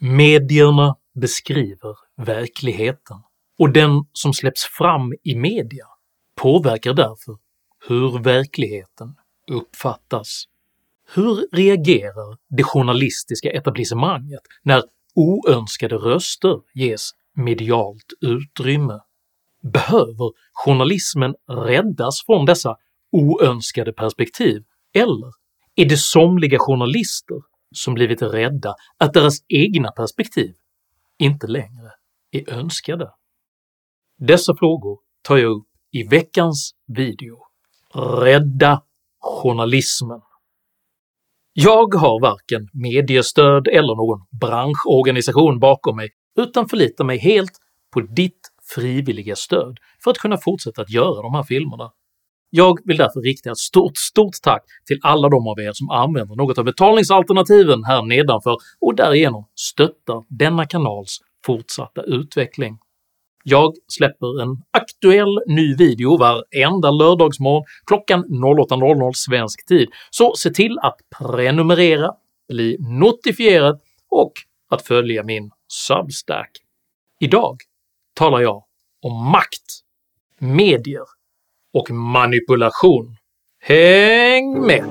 Medierna beskriver verkligheten, och den som släpps fram i media påverkar därför hur verkligheten uppfattas. Hur reagerar det journalistiska etablissemanget när oönskade röster ges medialt utrymme? Behöver journalismen räddas från dessa oönskade perspektiv, eller är det somliga journalister som blivit rädda att deras egna perspektiv inte längre är önskade? Dessa frågor tar jag upp i veckans video. Rädda journalismen. Jag har varken mediestöd eller någon branschorganisation bakom mig, utan förlitar mig helt på ditt frivilliga stöd för att kunna fortsätta att göra de här filmerna. Jag vill därför rikta ett stort tack till alla de av er som använder något av betalningsalternativen här nedanför och därigenom stöttar denna kanals fortsatta utveckling. Jag släpper en aktuell ny video varenda lördagsmorgon klockan 08:00 svensk tid, så se till att prenumerera, bli notifierad och att följa min Substack. Idag talar jag om makt, medier och manipulation. Häng med!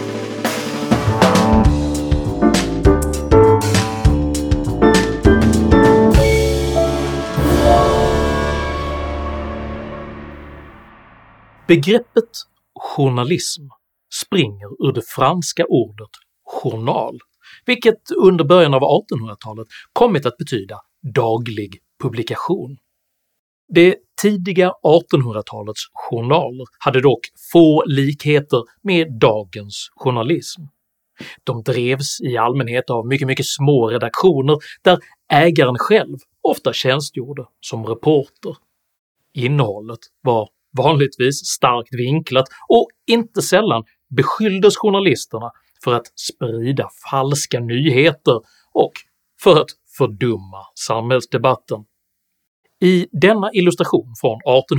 Begreppet journalism springer ur det franska ordet journal, vilket under början av 1800-talet kommit att betyda daglig publikation. Det tidiga 1800-talets journaler hade dock få likheter med dagens journalism. De drevs i allmänhet av mycket små redaktioner där ägaren själv ofta tjänstgjorde som reporter. Innehållet var vanligtvis starkt vinklat, och inte sällan beskylldes journalisterna för att sprida falska nyheter och för att fördumma samhällsdebatten. I denna illustration från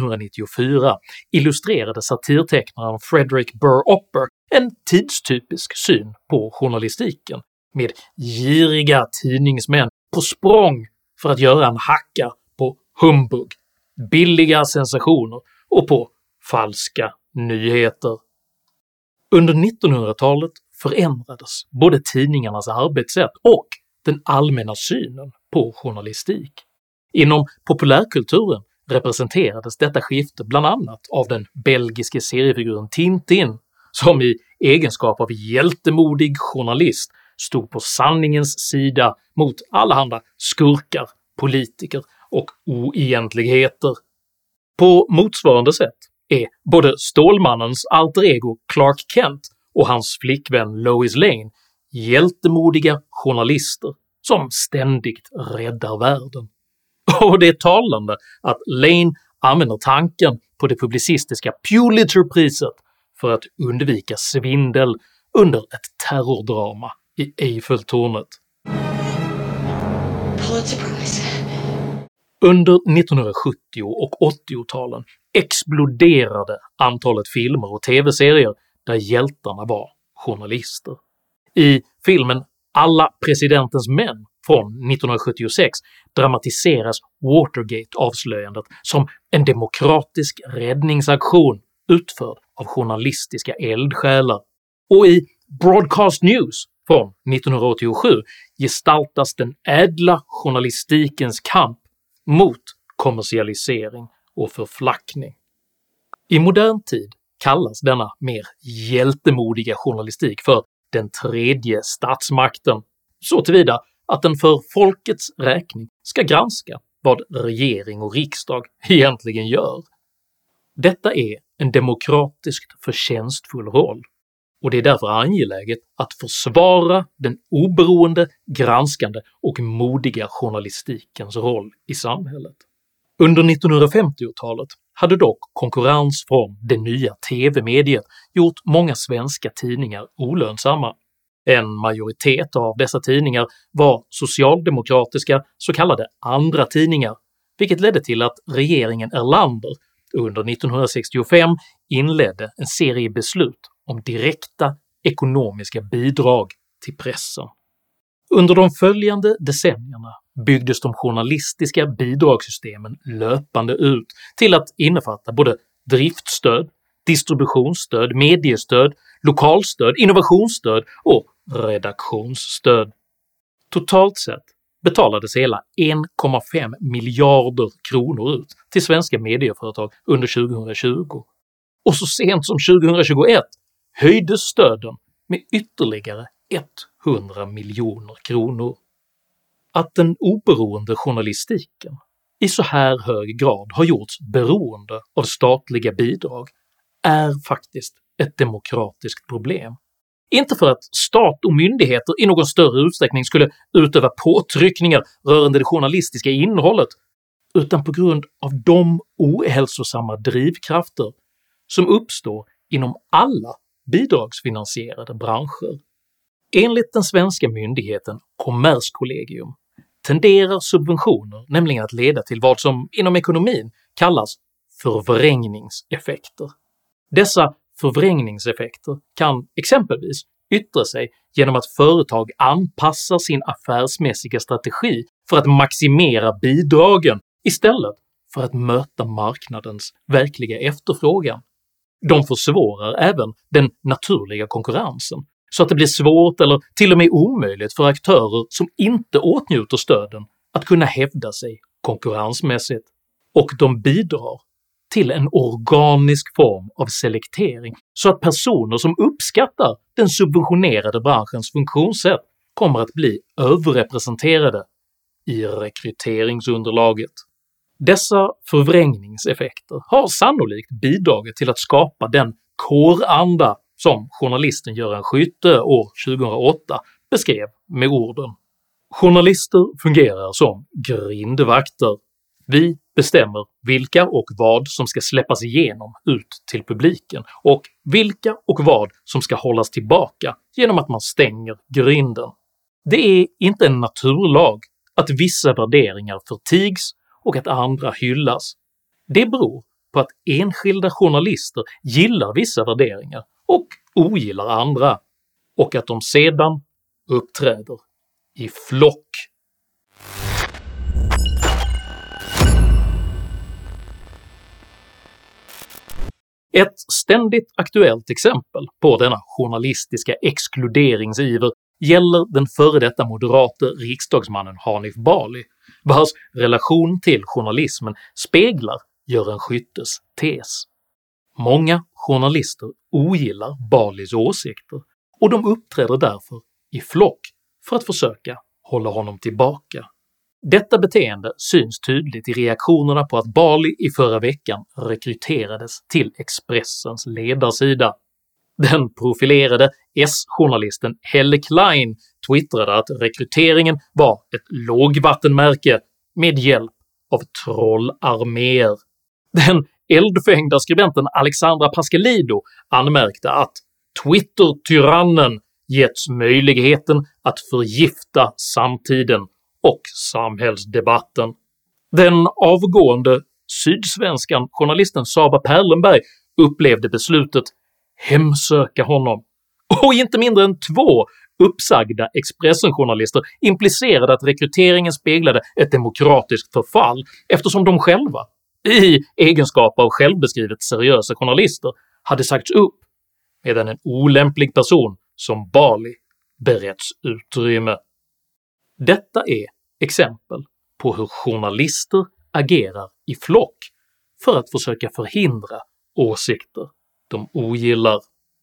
1894 illustrerade satirtecknaren Frederick Burr Opper en tidstypisk syn på journalistiken, med giriga tidningsmän på språng för att göra en hacka på humbug, billiga sensationer och på falska nyheter. Under 1900-talet förändrades både tidningarnas arbetssätt och den allmänna synen på journalistik. Inom populärkulturen representerades detta skifte bland annat av den belgiske seriefiguren Tintin, som i egenskap av hjältemodig journalist stod på sanningens sida mot allehanda skurkar, politiker och oegentligheter. På motsvarande sätt är både Stålmannens alter ego Clark Kent och hans flickvän Lois Lane hjältemodiga journalister som ständigt räddar världen. Och det är talande att Lane använder tanken på det publicistiska Pulitzerpriset för att undvika svindel under ett terrordrama i Eiffeltornet. Under 1970- och 80-talen exploderade antalet filmer och tv-serier där hjältarna var journalister. I filmen Alla presidentens män från 1976 dramatiseras Watergate-avslöjandet som en demokratisk räddningsaktion utförd av journalistiska eldsjälar, och i Broadcast News från 1987 gestaltas den ädla journalistikens kamp mot kommersialisering och förflackning. I modern tid kallas denna mer hjältemodiga journalistik för den tredje statsmakten, så tillvida att den för folkets räkning ska granska vad regering och riksdag egentligen gör. Detta är en demokratiskt förtjänstfull roll, och det är därför angeläget att försvara den oberoende, granskande och modiga journalistikens roll i samhället. Under 1950-talet hade dock konkurrens från det nya tv-mediet gjort många svenska tidningar olönsamma. En majoritet av dessa tidningar var socialdemokratiska så kallade andra tidningar, vilket ledde till att regeringen Erlander under 1965 inledde en serie beslut om direkta ekonomiska bidrag till pressen. Under de följande decennierna byggdes de journalistiska bidragssystemen löpande ut till att innefatta både driftstöd, distributionsstöd, mediestöd, lokalstöd, innovationsstöd och redaktionsstöd. Totalt sett betalades hela 1,5 miljarder kronor ut till svenska medieföretag under 2020, och så sent som 2021 höjdes stöden med ytterligare 100 miljoner kronor. Att den oberoende journalistiken i så här hög grad har gjorts beroende av statliga bidrag är faktiskt ett demokratiskt problem. Inte för att stat och myndigheter i någon större utsträckning skulle utöva påtryckningar rörande det journalistiska innehållet, utan på grund av de ohälsosamma drivkrafter som uppstår inom alla bidragsfinansierade branscher. Enligt den svenska myndigheten Kommerskollegium tenderar subventioner nämligen att leda till vad som inom ekonomin kallas förvrängningseffekter. Dessa förvrängningseffekter kan exempelvis yttra sig genom att företag anpassar sin affärsmässiga strategi för att maximera bidragen istället för att möta marknadens verkliga efterfrågan. De försvårar även den naturliga konkurrensen, så att det blir svårt eller till och med omöjligt för aktörer som inte åtnjuter stöden att kunna hävda sig konkurrensmässigt, och de bidrar till en organisk form av selektering så att personer som uppskattar den subventionerade branschens funktionssätt kommer att bli överrepresenterade i rekryteringsunderlaget. Dessa förvrängningseffekter har sannolikt bidragit till att skapa den kåranda som journalisten Göran Skytte år 2008 beskrev med orden “Journalister fungerar som grindvakter. Vi bestämmer vilka och vad som ska släppas igenom ut till publiken och vilka och vad som ska hållas tillbaka genom att man stänger grinden. Det är inte en naturlag att vissa värderingar förtigs och att andra hyllas. Det beror på att enskilda journalister gillar vissa värderingar och ogillar andra, och att de sedan uppträder i flock.” Ett ständigt aktuellt exempel på denna journalistiska exkluderingsiver gäller den före detta moderate riksdagsmannen Hanif Bali, vars relation till journalismen speglar Göran Skyttes tes. Många journalister ogillar Balis åsikter, och de uppträder därför i flock för att försöka hålla honom tillbaka. Detta beteende syns tydligt i reaktionerna på att Bali i förra veckan rekryterades till Expressens ledarsida. Den profilerade S-journalisten Helle Klein twittrade att rekryteringen var ett lågvattenmärke med hjälp av trollarméer. Den eldfängda skribenten Alexandra Pascalido anmärkte att Twitter-tyrannen getts möjligheten att förgifta samtiden och samhällsdebatten. Den avgående sydsvenskan journalisten Saba Perlenberg upplevde beslutet hemsöka honom, och inte mindre än 2 uppsagda Expressen-journalister implicerade att rekryteringen speglade ett demokratiskt förfall eftersom de själva, i egenskap av självbeskrivet seriösa journalister, hade sagts upp medan en olämplig person som Bali beretts utrymme. Detta är exempel på hur journalister agerar i flock för att försöka förhindra åsikter de ogillar.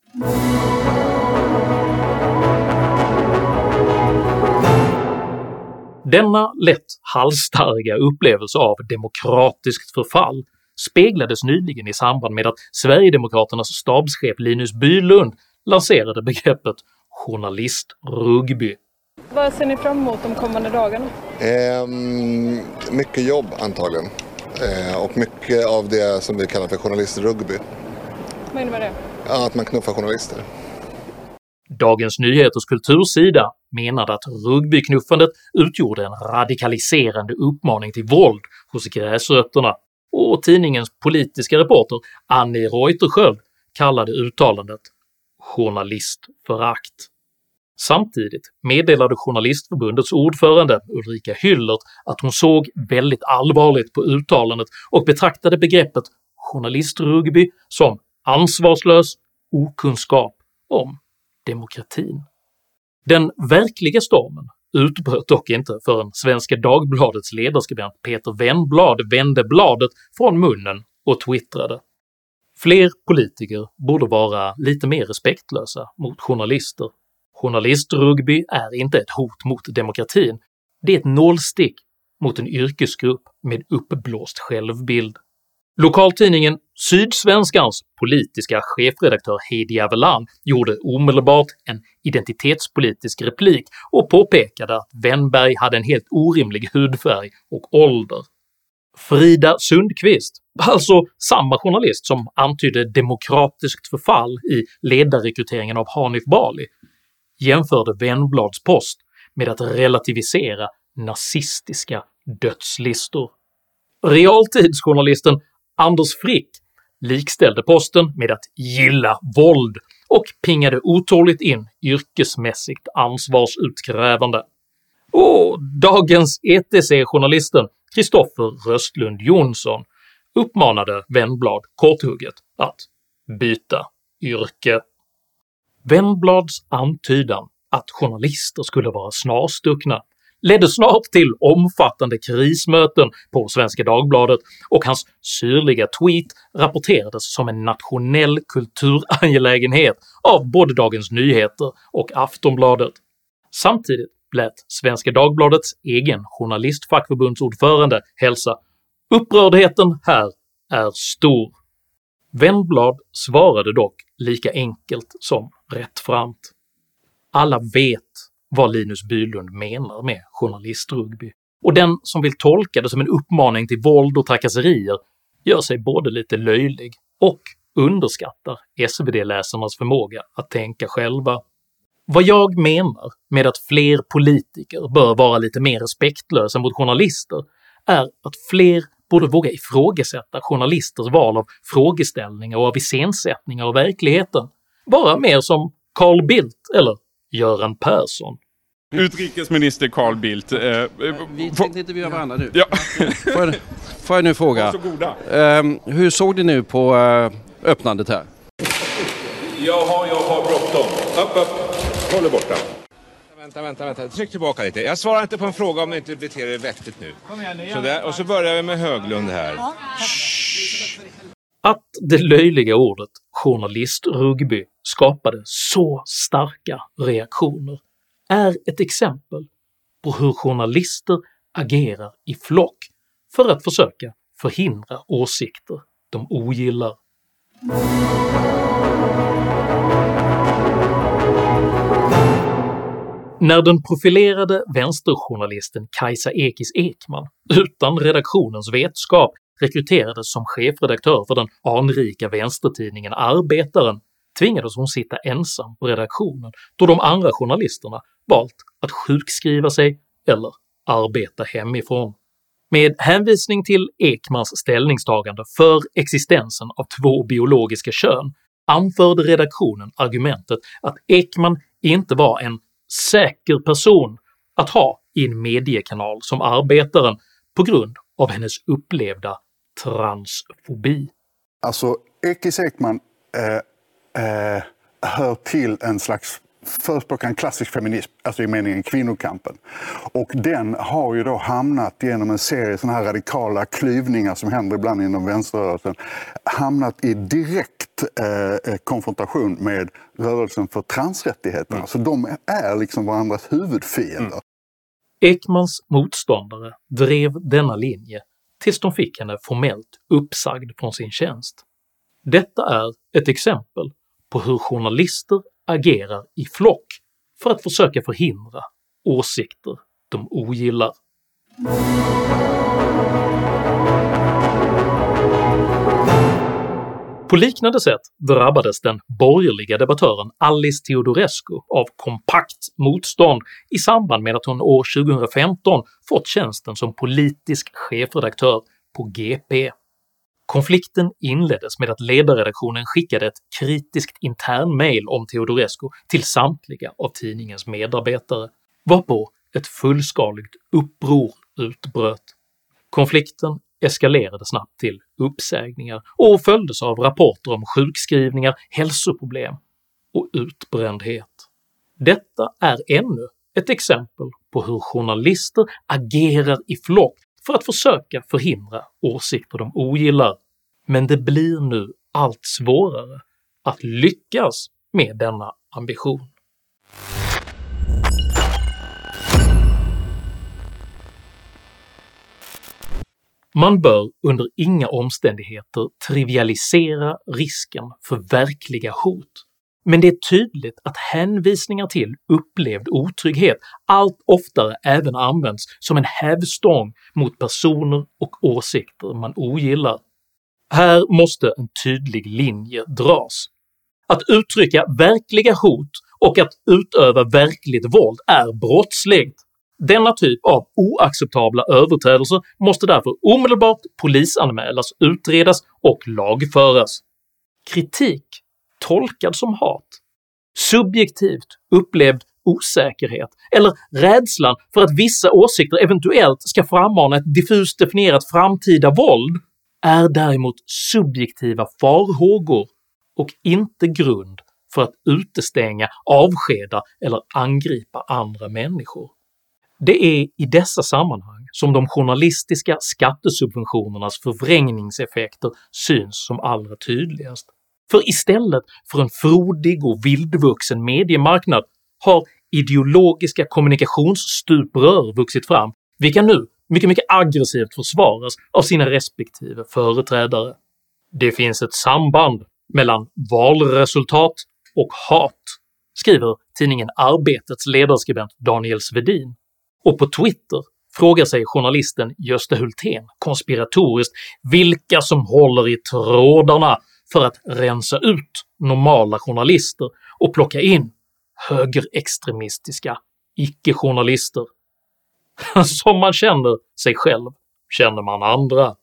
Denna lätt halsstarriga upplevelse av demokratiskt förfall speglades nyligen i samband med att Sverigedemokraternas stabschef Linus Bylund lanserade begreppet journalistrugby. Vad ser ni fram emot de kommande dagarna? Mycket jobb antagligen, och mycket av det som vi kallar för journalistrugby. Vad innebär det? Ja, att man knuffar journalister. Dagens Nyheters kultursida menade att rugbyknuffandet utgjorde en radikaliserande uppmaning till våld hos gräsrötterna, och tidningens politiska reporter Annie Reuterskiöld kallade uttalandet journalistförakt. Samtidigt meddelade Journalistförbundets ordförande Ulrika Hyllert att hon såg väldigt allvarligt på uttalandet och betraktade begreppet journalistrugby som ansvarslös okunskap om demokratin. Den verkliga stormen utbröt dock inte förrän Svenska Dagbladets ledarskribent Peter Wennblad vände bladet från munnen och twittrade: “Fler politiker borde vara lite mer respektlösa mot journalister. Journalistrugby är inte ett hot mot demokratin, det är ett nålstick mot en yrkesgrupp med uppblåst självbild.” Lokaltidningen Sydsvenskans politiska chefredaktör Heidi Avellan gjorde omedelbart en identitetspolitisk replik och påpekade att Wennberg hade en helt orimlig hudfärg och ålder. Frida Sundqvist, alltså samma journalist som antydde demokratiskt förfall i ledarrekryteringen av Hanif Bali, jämförde Wennblads post med att relativisera nazistiska dödslistor. Realtidsjournalisten Anders Frick likställde posten med att gilla våld och pingade otåligt in yrkesmässigt ansvarsutkrävande. Och dagens ETC-journalisten Kristoffer Röstlund Jonsson uppmanade Wennblad korthugget att byta yrke. Wennblads antydan att journalister skulle vara snarstuckna ledde snart till omfattande krismöten på Svenska Dagbladet, och hans syrliga tweet rapporterades som en nationell kulturangelägenhet av både Dagens Nyheter och Aftonbladet. Samtidigt lät Svenska Dagbladets egen journalistfackförbundsordförande hälsa “upprördheten här är stor”. Wennblad svarade dock lika enkelt som rättframt. Alla vet vad Linus Bylund menar med journalistrugby, och den som vill tolka det som en uppmaning till våld och trakasserier gör sig både lite löjlig och underskattar SvD-läsarnas förmåga att tänka själva. Vad jag menar med att fler politiker bör vara lite mer respektlösa mot journalister är att fler borde våga ifrågasätta journalisters val av frågeställningar och av iscensättningar av verkligheten, vara mer som Carl Bildt eller Göran Persson. Utrikesminister Carl Bildt. Vi tänkte intervjua varandra nu. Ja. Får jag nu fråga, hur såg det nu på öppnandet här? Jag har bråttom. Upp. Håll borta. Vänta. Tryck tillbaka lite. Jag svarar inte på en fråga om ni inte beter er vettigt nu. Sådär. Och så börjar vi med Höglund här. Att det löjliga ordet journalistrugby skapade så starka reaktioner är ett exempel på hur journalister agerar i flock för att försöka förhindra åsikter de ogillar. När den profilerade vänsterjournalisten Kajsa Ekis Ekman utan redaktionens vetskap rekryterades som chefredaktör för den anrika vänstertidningen Arbetaren tvingades hon sitta ensam på redaktionen då de andra journalisterna valt att sjukskriva sig eller arbeta hemifrån. Med hänvisning till Ekmans ställningstagande för existensen av två biologiska kön anförde redaktionen argumentet att Ekman inte var en säker person att ha i en mediekanal som Arbetaren på grund av hennes upplevda transfobi. Alltså Ekis Ekman hör till en slags förespråkar en klassisk feminism, alltså i meningen kvinnokampen. Och den har ju då hamnat genom en serie sådana här radikala klyvningar som händer ibland inom vänsterrörelsen, hamnat i direkt konfrontation med rörelsen för transrättigheterna. Så de är liksom varandras huvudfiender. Ekmans motståndare drev denna linje tills de fick henne formellt uppsagd från sin tjänst. Detta är ett exempel på hur journalister agerar i flock för att försöka förhindra åsikter de ogillar. På liknande sätt drabbades den borgerliga debattören Alice Teodorescu av kompakt motstånd i samband med att hon år 2015 fått tjänsten som politisk chefredaktör på GP. Konflikten inleddes med att ledarredaktionen skickade ett kritiskt internmail om Teodorescu till samtliga av tidningens medarbetare, varpå ett fullskaligt uppror utbröt. Konflikten eskalerade snabbt till uppsägningar och följdes av rapporter om sjukskrivningar, hälsoproblem och utbrändhet. Detta är ännu ett exempel på hur journalister agerar i flock för att försöka förhindra åsikter de ogillar, men det blir nu allt svårare att lyckas med denna ambition. Man bör under inga omständigheter trivialisera risken för verkliga hot, men det är tydligt att hänvisningar till upplevd otrygghet allt oftare även används som en hävstång mot personer och åsikter man ogillar. Här måste en tydlig linje dras. Att uttrycka verkliga hot och att utöva verkligt våld är brottsligt. Denna typ av oacceptabla överträdelser måste därför omedelbart polisanmälas, utredas och lagföras. Kritik tolkad som hat, subjektivt upplevd osäkerhet eller rädslan för att vissa åsikter eventuellt ska frammana ett diffust definierat framtida våld är däremot subjektiva farhågor och inte grund för att utestänga, avskeda eller angripa andra människor. Det är i dessa sammanhang som de journalistiska skattesubventionernas förvrängningseffekter syns som allra tydligast. För istället för en frodig och vildvuxen mediemarknad har ideologiska kommunikationsstuprör vuxit fram, vilka nu mycket aggressivt försvaras av sina respektive företrädare. Det finns ett samband mellan valresultat och hat, skriver tidningen Arbetets ledarskribent Daniel Svedin, och på Twitter frågar sig journalisten Gösta Hultén konspiratoriskt vilka som håller i trådarna för att rensa ut normala journalister och plocka in högerextremistiska icke-journalister. Som man känner sig själv känner man andra.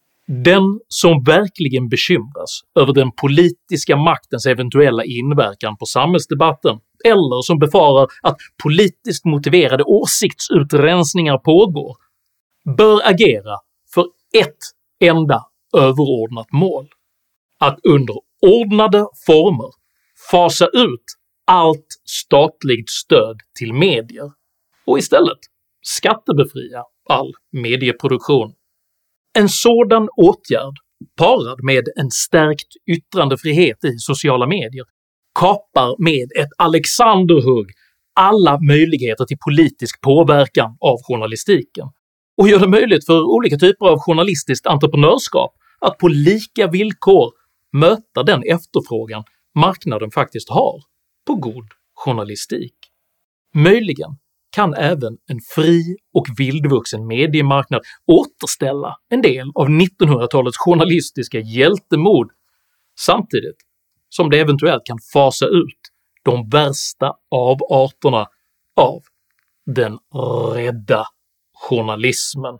Den som verkligen bekymras över den politiska maktens eventuella inverkan på samhällsdebatten eller som befarar att politiskt motiverade åsiktsutrensningar pågår bör agera för ett enda överordnat mål: att under ordnade former fasa ut allt statligt stöd till medier och istället skattebefria all medieproduktion. En sådan åtgärd, parad med en stärkt yttrandefrihet i sociala medier, kapar med ett Alexanderhugg alla möjligheter till politisk påverkan av journalistiken och gör det möjligt för olika typer av journalistiskt entreprenörskap att på lika villkor möta den efterfrågan marknaden faktiskt har på god journalistik. Möjligen kan även en fri och vildvuxen mediemarknad återställa en del av 1900-talets journalistiska hjältemod, samtidigt som det eventuellt kan fasa ut de värsta avarterna av den rädda journalismen.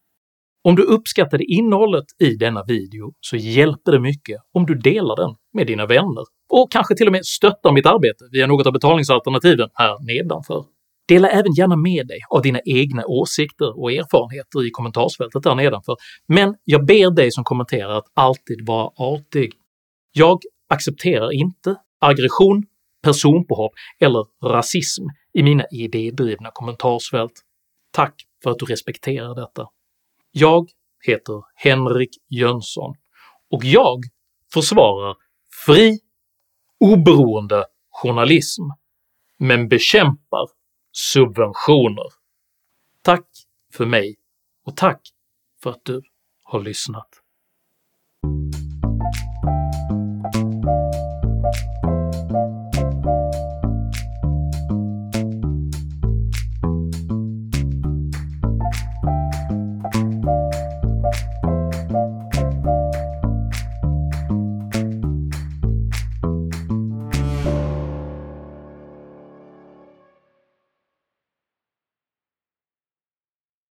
Om du uppskattade innehållet i denna video så hjälper det mycket om du delar den med dina vänner och kanske till och med stöttar mitt arbete via något av betalningsalternativen här nedanför. Dela även gärna med dig av dina egna åsikter och erfarenheter i kommentarsfältet där nedanför, men jag ber dig som kommenterar att alltid vara artig. Jag accepterar inte aggression, personpåhopp eller rasism i mina idédrivna kommentarsfält. Tack för att du respekterar detta. Jag heter Henrik Jönsson och jag försvarar fri, oberoende journalism, men bekämpar subventioner. Tack för mig och tack för att du har lyssnat.